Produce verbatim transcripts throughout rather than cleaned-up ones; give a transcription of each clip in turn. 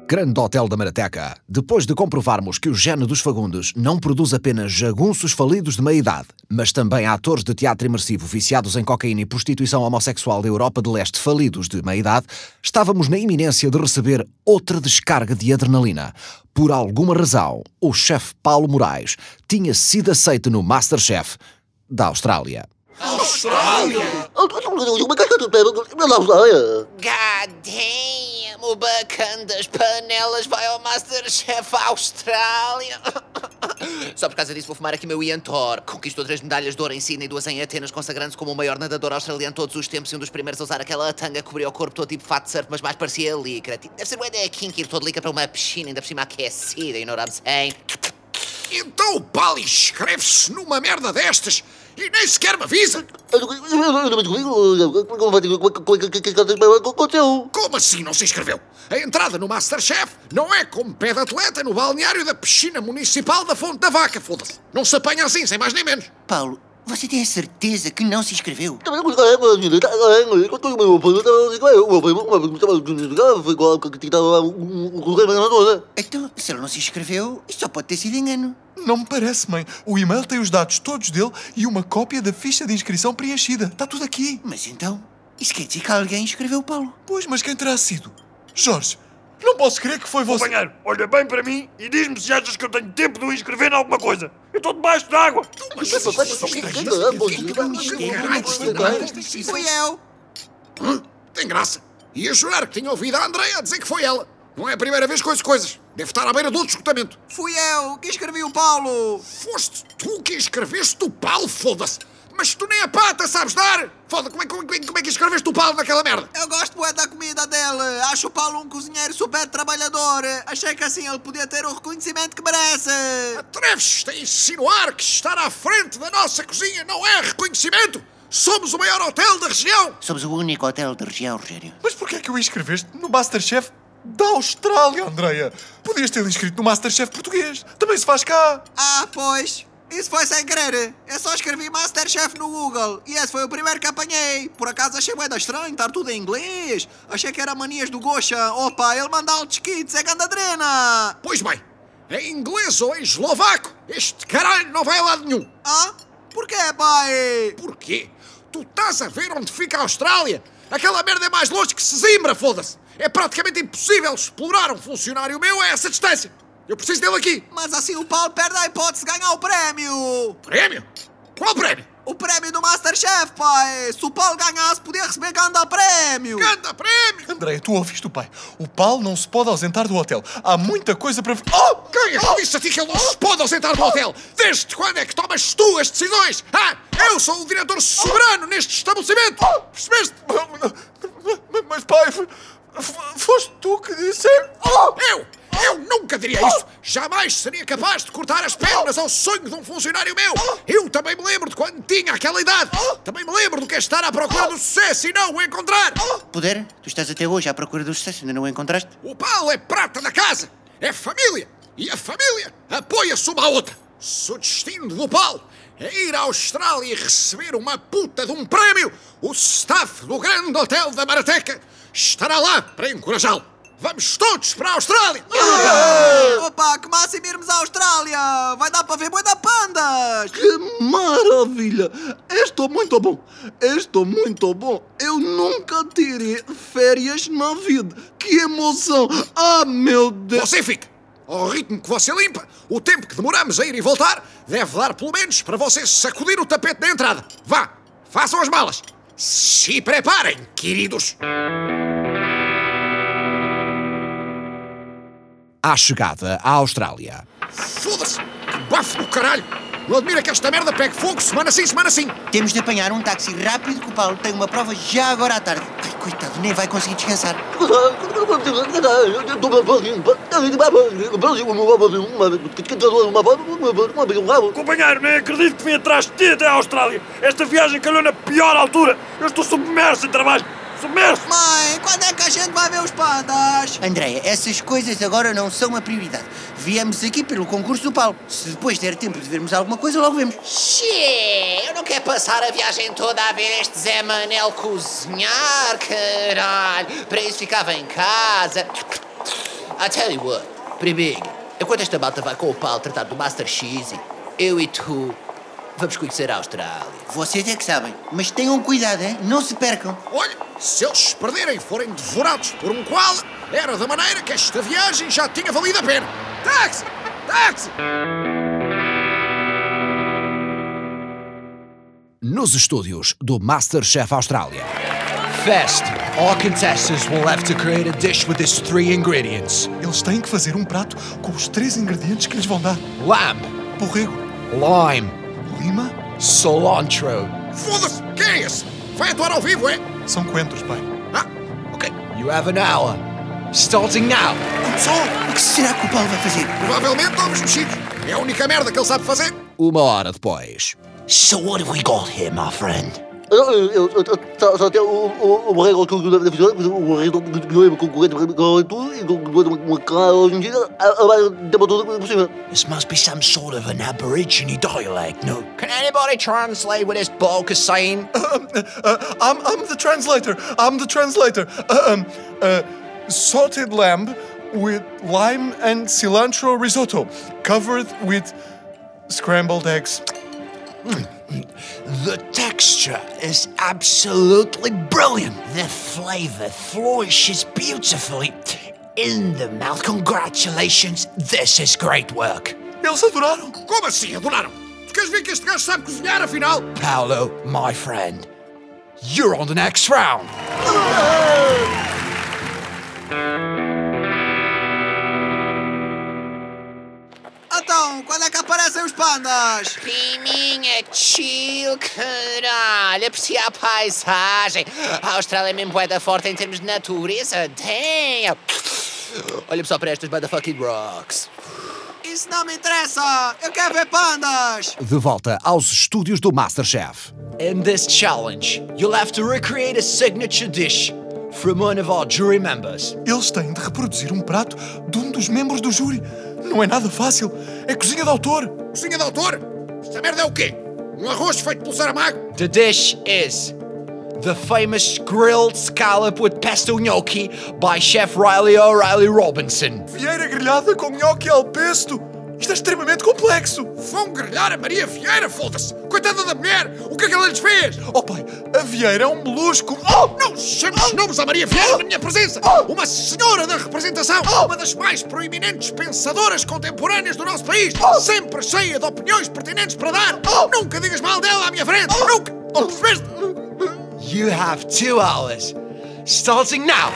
Grande Hotel da Marateca. Depois de comprovarmos que o gene dos Fagundes não produz apenas jagunços falidos de meia-idade, mas também atores de teatro imersivo viciados em cocaína e prostituição homossexual da Europa de Leste falidos de meia-idade, estávamos na iminência de receber outra descarga de adrenalina. Por alguma razão, o chefe Paulo Moraes tinha sido aceito no MasterChef da Austrália. Austrália? God damn, o bacana das panelas vai ao MasterChef Austrália. Só por causa disso vou fumar aqui meu Ian Thor. Conquistou três medalhas de ouro em Sydney e duas em Atenas, consagrando-se como o maior nadador australiano de todos os tempos e um dos primeiros a usar aquela tanga que cobria o corpo todo tipo fato de surf, mas mais parecia licra. Deve ser uma ideia kinky ir todo licra para uma piscina, ainda por cima aquecida, you know what I'm saying? Então o Pali inscreve-se numa merda destas e nem sequer me avisa? Como assim não se inscreveu? A entrada no MasterChef não é como pé de atleta no balneário da piscina municipal da Fonte da Vaca, foda-se. Não se apanha assim, sem mais nem menos. Paulo, você tem a certeza que não se inscreveu? Então, se ele não se inscreveu, isto só pode ter sido engano. Não me parece, mãe. O e-mail tem os dados todos dele e uma cópia da ficha de inscrição preenchida. Está tudo aqui. Mas então, isso quer dizer que alguém inscreveu o Paulo? Pois, mas quem terá sido? Jorge, não posso crer que foi você. Companheiro, olha bem para mim e diz-me se achas que eu tenho tempo de o inscrever em alguma coisa. Eu estou debaixo d'água. Fui eu. Hã? Tem graça. Ia jurar que tinha ouvido a Andreia a dizer que foi ela. Não é a primeira vez que ouço coisas. Deve estar à beira de outro esgotamento. Fui eu que escrevi o Paulo. Foste tu que escreveste o Paulo, foda-se. Mas tu nem a pata sabes dar. Foda, como é, como, é, como é que escreveste o Paulo naquela merda? Eu gosto bué da comida dele. Acho o Paulo um cozinheiro super trabalhador. Achei que assim ele podia ter o reconhecimento que merece. Atreves-te a insinuar que estar à frente da nossa cozinha não é reconhecimento? Somos o maior hotel da região. Somos o único hotel da região, Rogério. Mas porquê é que o inscreveste no MasterChef da Austrália, Andreia? Podias ter inscrito no MasterChef português. Também se faz cá. Ah, pois. Isso foi sem querer. Eu só escrevi MasterChef no Google e esse foi o primeiro que apanhei. Por acaso achei bué da estranho estar tudo em inglês. Achei que era manias do Gosha. Opa, ele manda altos kits, é gandadrena. Pois bem, em inglês ou em eslovaco, este caralho não vai a lado nenhum. Ah? Porquê, pai? Porquê? Tu estás a ver onde fica a Austrália? Aquela merda é mais longe que Sesimbra, foda-se. É praticamente impossível explorar um funcionário meu a essa distância. Eu preciso dele aqui. Mas assim o Paulo perde a hipótese de ganhar o prémio. Prémio? Qual prémio? O prémio do MasterChef, pai. Se o Paulo ganhasse, podia receber ganda prémio. Ganda prémio? Andreia, tu ouviste o pai. O Paulo não se pode ausentar do hotel. Há muita coisa para... Oh! Quem é que disse a ti que ele não se pode ausentar do hotel? Desde quando é que tomas tu as decisões? Ah, eu sou o diretor soberano neste estabelecimento. Percebeste? Mas, pai, foste tu que disseste... Oh! Eu? Eu nunca diria isso! Jamais seria capaz de cortar as pernas ao sonho de um funcionário meu! Eu também me lembro de quando tinha aquela idade! Também me lembro do que é estar à procura do sucesso e não o encontrar! Poder, tu estás até hoje à procura do sucesso, ainda não o encontraste? O Paulo é prata da casa! É família! E a família apoia-se uma à outra! Se o destino do Paulo é ir à Austrália e receber uma puta de um prémio, o staff do Grande Hotel da Marateca estará lá para encorajá-lo! Vamos todos para a Austrália! Ah! Opa, que máximo irmos à Austrália! Vai dar para ver bué da pandas! Que maravilha! Estou muito bom! Estou muito bom! Eu nunca tirei férias na vida! Que emoção! Ah, meu Deus! Você fica! Ao ritmo que você limpa, o tempo que demoramos a ir e voltar deve dar pelo menos para você sacudir o tapete da entrada. Vá, façam as malas! Se preparem, queridos! À chegada à Austrália. Foda-se! Que bafo do caralho! Não admira que esta merda pegue fogo semana sim, semana sim! Temos de apanhar um táxi rápido que o Paulo tem uma prova já agora à tarde. Ai, coitado, nem vai conseguir descansar. Companheiro, nem acredito que vim atrás de ti até à Austrália. Esta viagem calhou na pior altura. Eu estou submerso em trabalho. Submerso! Mãe, quando é que a gente vai ver os pandas? Andréia, essas coisas agora não são uma prioridade. Viemos aqui pelo concurso do Paulo. Se depois der tempo de vermos alguma coisa, logo vemos. Xê, eu não quero passar a viagem toda a ver este Zé Manel cozinhar, caralho. Para isso ficava em casa. I tell you what, primeiro, enquanto esta malta vai com o Paulo tratar do Master X, eu e tu vamos conhecer a Austrália. Vocês é que sabem, mas tenham cuidado, hein? Não se percam. Olha, se eles se perderem e forem devorados por um koala, era da maneira que esta viagem já tinha valido a pena. Táxi! Táxi! Nos estúdios do MasterChef Austrália. First, our contestants will have to create a dish with these three ingredients. Eles têm que fazer um prato com os três ingredientes que lhes vão dar. Lamb, Borrego, lime, lima, cilantro. Foda-se! Quem é esse? Vai atuar ao vivo, é? são coentros, pai. Ah, ok. You have an hour. Starting now. Começou! O que será que o Paulo vai fazer? Provavelmente ovos mexidos. É a única merda que ele sabe fazer. Uma hora depois. So what have we got here, my friend? Só tem o borrego que eu devo fazer, o borrego que eu concorrente com tudo e com uma cara hoje em dia, tem tudo por cima. This must be some sort of an Aborigine dialect, no? Can anybody translate what this bloke is saying? Um, uh, I'm, I'm the translator. I'm the translator. Uh, um, uh, salted lamb with lime and cilantro risotto, covered with scrambled eggs. The texture is absolutely brilliant. The flavor flourishes beautifully in the mouth. Congratulations, this is great work. Eles adoraram. Como assim? Adoraram? Tu queres ver que este gajo sabe cozinhar, afinal? Paolo, my friend, you're on the next round. Então, quando é que aparecem os pandas? Priminha, chill, caralho. Aprecia a paisagem. A Austrália é mesmo bué forte em termos de natureza. Damn. Olha só para estas motherfucking rocks. Isso não me interessa! Eu quero ver pandas! De volta aos estúdios do MasterChef. In this challenge, you'll have to recreate a signature dish from one of our jury members. Eles têm de reproduzir um prato de um dos membros do júri. Não é nada fácil. É cozinha de autor. Cozinha de autor? Esta merda é o quê? Um arroz feito pelo Saramago? The dish is the famous grilled scallop with pesto gnocchi by Chef Riley O'Reilly Robinson. Vieira grelhada com gnocchi ao pesto. Isto é extremamente complexo. Vão grelhar a Maria Vieira, foda-se! Coitada da mulher! O que é que ela lhes fez? Oh pai, a Vieira é um molusco. Oh, não chames nomes à Maria Vieira na minha presença! Uma senhora da representação! Uma das mais proeminentes pensadoras contemporâneas do nosso país! Sempre cheia de opiniões pertinentes para dar! Nunca digas mal dela à minha frente! Nunca! Percebeste? You have two hours, starting now.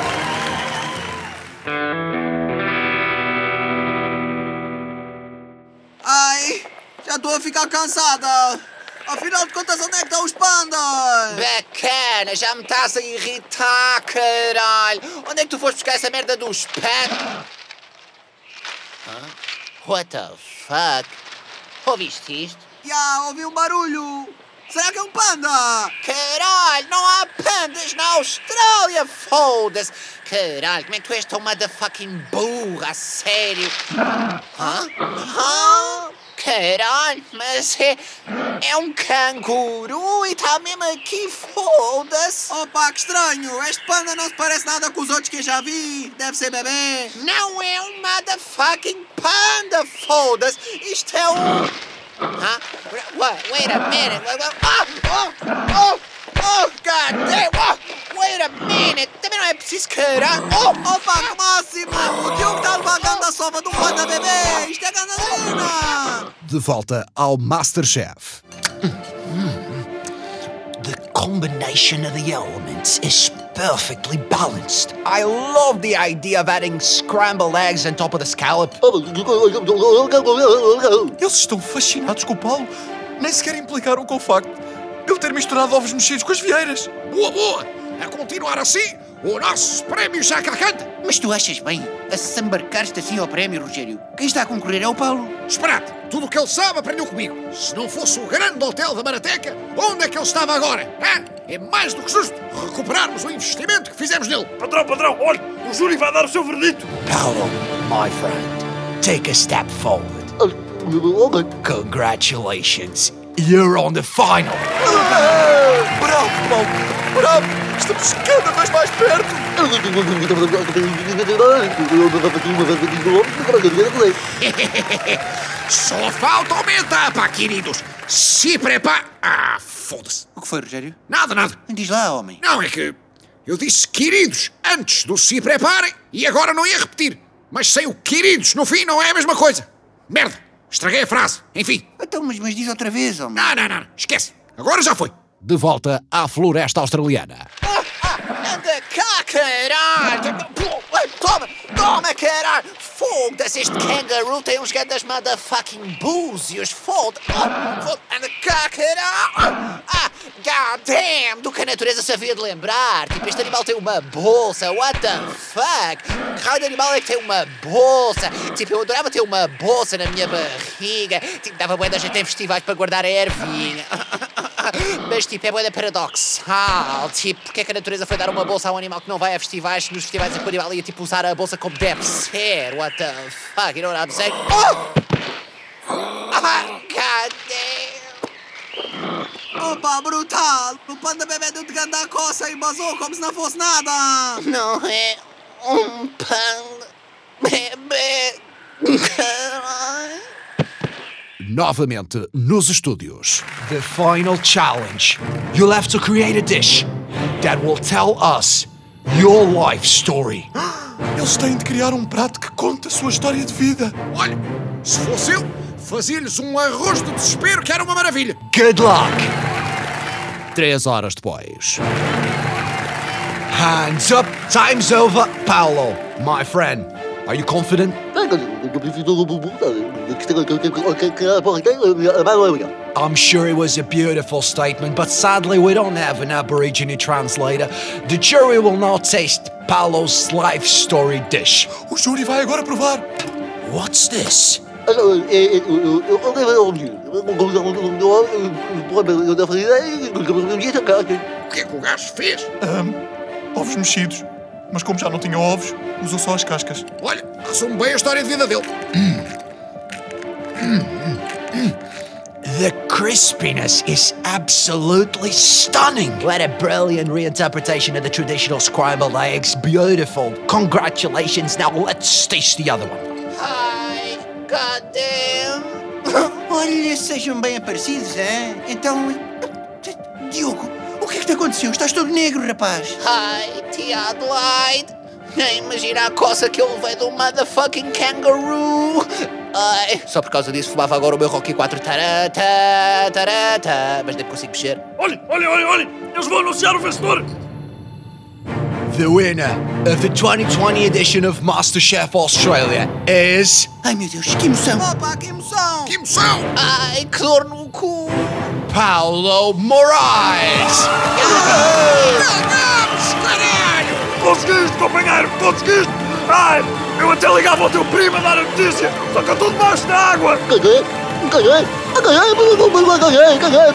Ai, já estou a ficar cansada. Afinal de contas, onde é que estão os pandas? Bacana, já me estás a irritar, caralho. Onde é que tu foste buscar essa merda dos pandas? Hã? What the fuck? Ouviste isto? Já ouvi um barulho. Será que é um panda? Caralho, não há pandas na Austrália, foda-se! Caralho, como é que tu és tão motherfucking burra, a sério? Hã? Hã? Caralho, mas é, é um canguru e está mesmo aqui, foda-se! Opa, que estranho. Este panda não se parece nada com os outros que eu já vi. Deve ser bebê. Não é um motherfucking panda, foda-se! Isto é um... Huh? What? Wait a minute. Oh, oh, oh, oh, God damn. Oh, wait a minute. Também não é preciso caralho. Oh, opa, que máximo. O Diogo está a levar a ganda sova de um panda bebê. Isto é gandalina. De volta ao MasterChef. The combination of the elements is perfectly balanced. I love the idea of adding scrambled eggs on top of the scallop. Eles estão fascinados com o Paulo. Nem sequer implicaram com o facto de ele ter misturado ovos mexidos com as vieiras. Boa, boa! A continuar assim, o nosso prémio já cá canta. Mas tu achas bem a se embarcar-te assim ao prémio, Rogério? Quem está a concorrer é o Paulo. Esperate, tudo o que ele sabe aprendeu comigo. Se não fosse o grande hotel da Marateca, onde é que ele estava agora? Hã? É mais do que justo recuperarmos o investimento que fizemos nele. Patrão, patrão, olha, o júri vai dar o seu verdito. Paolo, my friend, take a step forward. Congratulations, you're on the final. Bravo, Paulo! Bravo! Estamos cada vez mais perto. Só falta aumentar, pá, queridos. Se prepara... Ah, foda-se. O que foi, Rogério? Nada, nada. Diz lá, homem. Não, é que eu disse queridos antes do se preparem e agora não ia repetir. Mas sem o queridos no fim não é a mesma coisa. Merda, estraguei a frase. Enfim. Então, mas, mas diz outra vez, homem. Não, não, não, esquece. Agora já foi. De volta à floresta australiana. Anda cá, caralho! Toma, toma, caralho! Foda-se, este kangaroo tem uns grandes motherfucking búzios. Foda-se! Anda cá, caralho! Ah, god damn! Do que a natureza se havia de lembrar. Tipo, este animal tem uma bolsa. What the fuck? Que raio de animal é que tem uma bolsa? Tipo, eu adorava ter uma bolsa na minha barriga. Tipo, dava bué da gente em festivais para guardar a ervinha. Mas, tipo, é bué da paradoxal. Tipo, porque é que a natureza foi dar uma bolsa a um animal que não vai a festivais, nos festivais em que o animal ia, tipo, usar a bolsa como deve ser? What the fuck? You know what I'm saying? Oh! Ah, god damn! Opa, brutal! O panda bebê deu de ganda coça e basou como se não fosse nada! Não é um panda bebê, caralho! Novamente nos estúdios. The final challenge. You'll have to create a dish that will tell us your life story. Eles têm de criar um prato que conta a sua história de vida. Olha, se fosse eu, fazia-lhes um arroz de desespero que era uma maravilha. Good luck. Três horas depois. Hands up. Time's over. Paolo, my friend, are you confident? I'm sure it was a beautiful statement, but sadly we don't have an Aborigine translator. The jury will now taste Paolo's life story dish. O júri vai agora provar. What's this? O que é que o gajo fez? Um, ovos mexidos. Mas como já não tinha ovos, usou só as cascas. Olha, resume bem a história de vida dele. The crispiness is absolutely stunning. What a brilliant reinterpretation of the traditional scrambled eggs. Beautiful. Congratulations. Now let's taste the other one. Ai, god damn! Olha, sejam bem aparecidos, hein? Então... Diogo, o que é que te aconteceu? Estás todo negro, rapaz. Ai, tia Adelaide! Nem imagina a coça que eu levei do motherfucking kangaroo! Ai, só por causa disso fumava agora o meu Rocky quatro tarata, tarata, mas nem consigo mexer. Olhem, olhem, olhem, olhem! Eles vão anunciar o vencedor! The winner of the twenty twenty edition of MasterChef Australia is... Ai, meu Deus, que emoção! Opa, que emoção! Que emoção! Ai, que dor no cu! Paolo Moraes! Ganhamos, caralho! Conseguiste, companheiro, conseguiste! Ai, eu até ligava ao teu primo a dar a notícia, só que eu estou debaixo da água! Ganhei! Ganhei! Ganhei! Ganhei! Ganhei!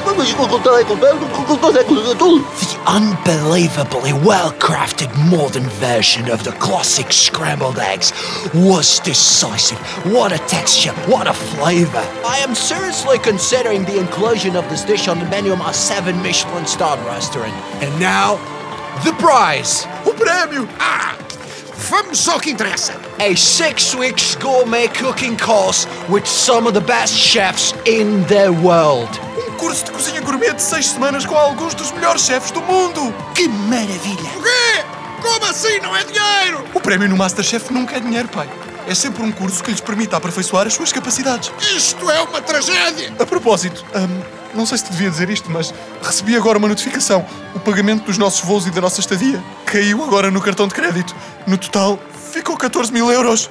Tudo! The unbelievably well-crafted modern version of the classic scrambled eggs was decisive. What a texture, what a flavor. I am seriously considering the inclusion of this dish on the menu of my seven Michelin-starred restaurant. And now, the prize. O prémio! Ah, vamos ao que interessa. A six weeks gourmet cooking course with some of the best chefs in the world. Um curso de cozinha gourmet de seis semanas com alguns dos melhores chefes do mundo. Que maravilha! O quê? Como assim não é dinheiro? O prémio no MasterChef nunca é dinheiro, pai. É sempre um curso que lhes permite aperfeiçoar as suas capacidades. Isto é uma tragédia! A propósito, hum, não sei se te devia dizer isto, mas recebi agora uma notificação. O pagamento dos nossos voos e da nossa estadia caiu agora no cartão de crédito. No total, ficou catorze mil euros.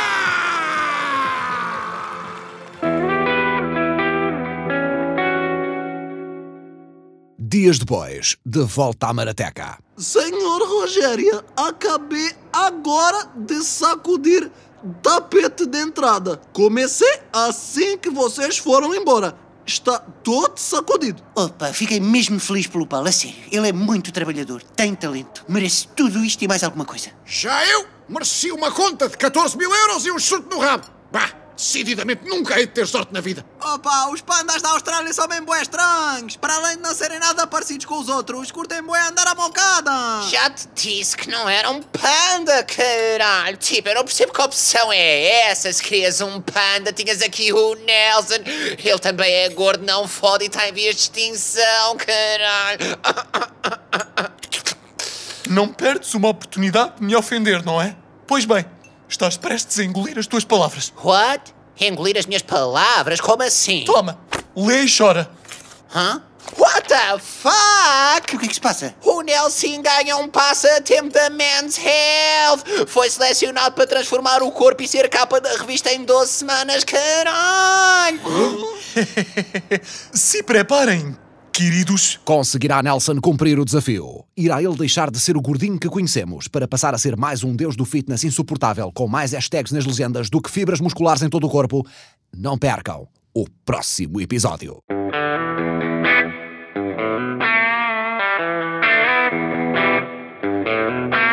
Dias depois, de volta à Marateca. Senhor Rogério, acabei agora de sacudir tapete de entrada. Comecei assim que vocês foram embora. Está todo sacudido. Opa, fiquei mesmo feliz pelo Paulo, a sério. Ele é muito trabalhador, tem talento, merece tudo isto e mais alguma coisa. Já eu mereci uma conta de catorze mil euros e um chute no rabo. Bah, Decididamente nunca hei de ter sorte na vida. Opa, os pandas da Austrália são bem bué estranhos. Para além de não serem nada parecidos com os outros, curtem bué andar à mocada. Já te disse que não era um panda, caralho. Tipo, eu não percebo que opção é essa. Se querias um panda, tinhas aqui o Nelson. Ele também é gordo, não fode e está em vias de extinção, caralho. Não perdes uma oportunidade de me ofender, não é? Pois bem, estás prestes a engolir as tuas palavras. What? Engolir as minhas palavras? Como assim? Toma, lê e chora. Hã? What the fuck? O que é que se passa? O Nelson ganha um passatempo da Men's Health. Foi selecionado para transformar o corpo e ser capa da revista em doze semanas, caralho. Se preparem, queridos. Conseguirá Nelson cumprir o desafio? Irá ele deixar de ser o gordinho que conhecemos para passar a ser mais um deus do fitness insuportável com mais hashtags nas legendas do que fibras musculares em todo o corpo? Não percam o próximo episódio. Thank you.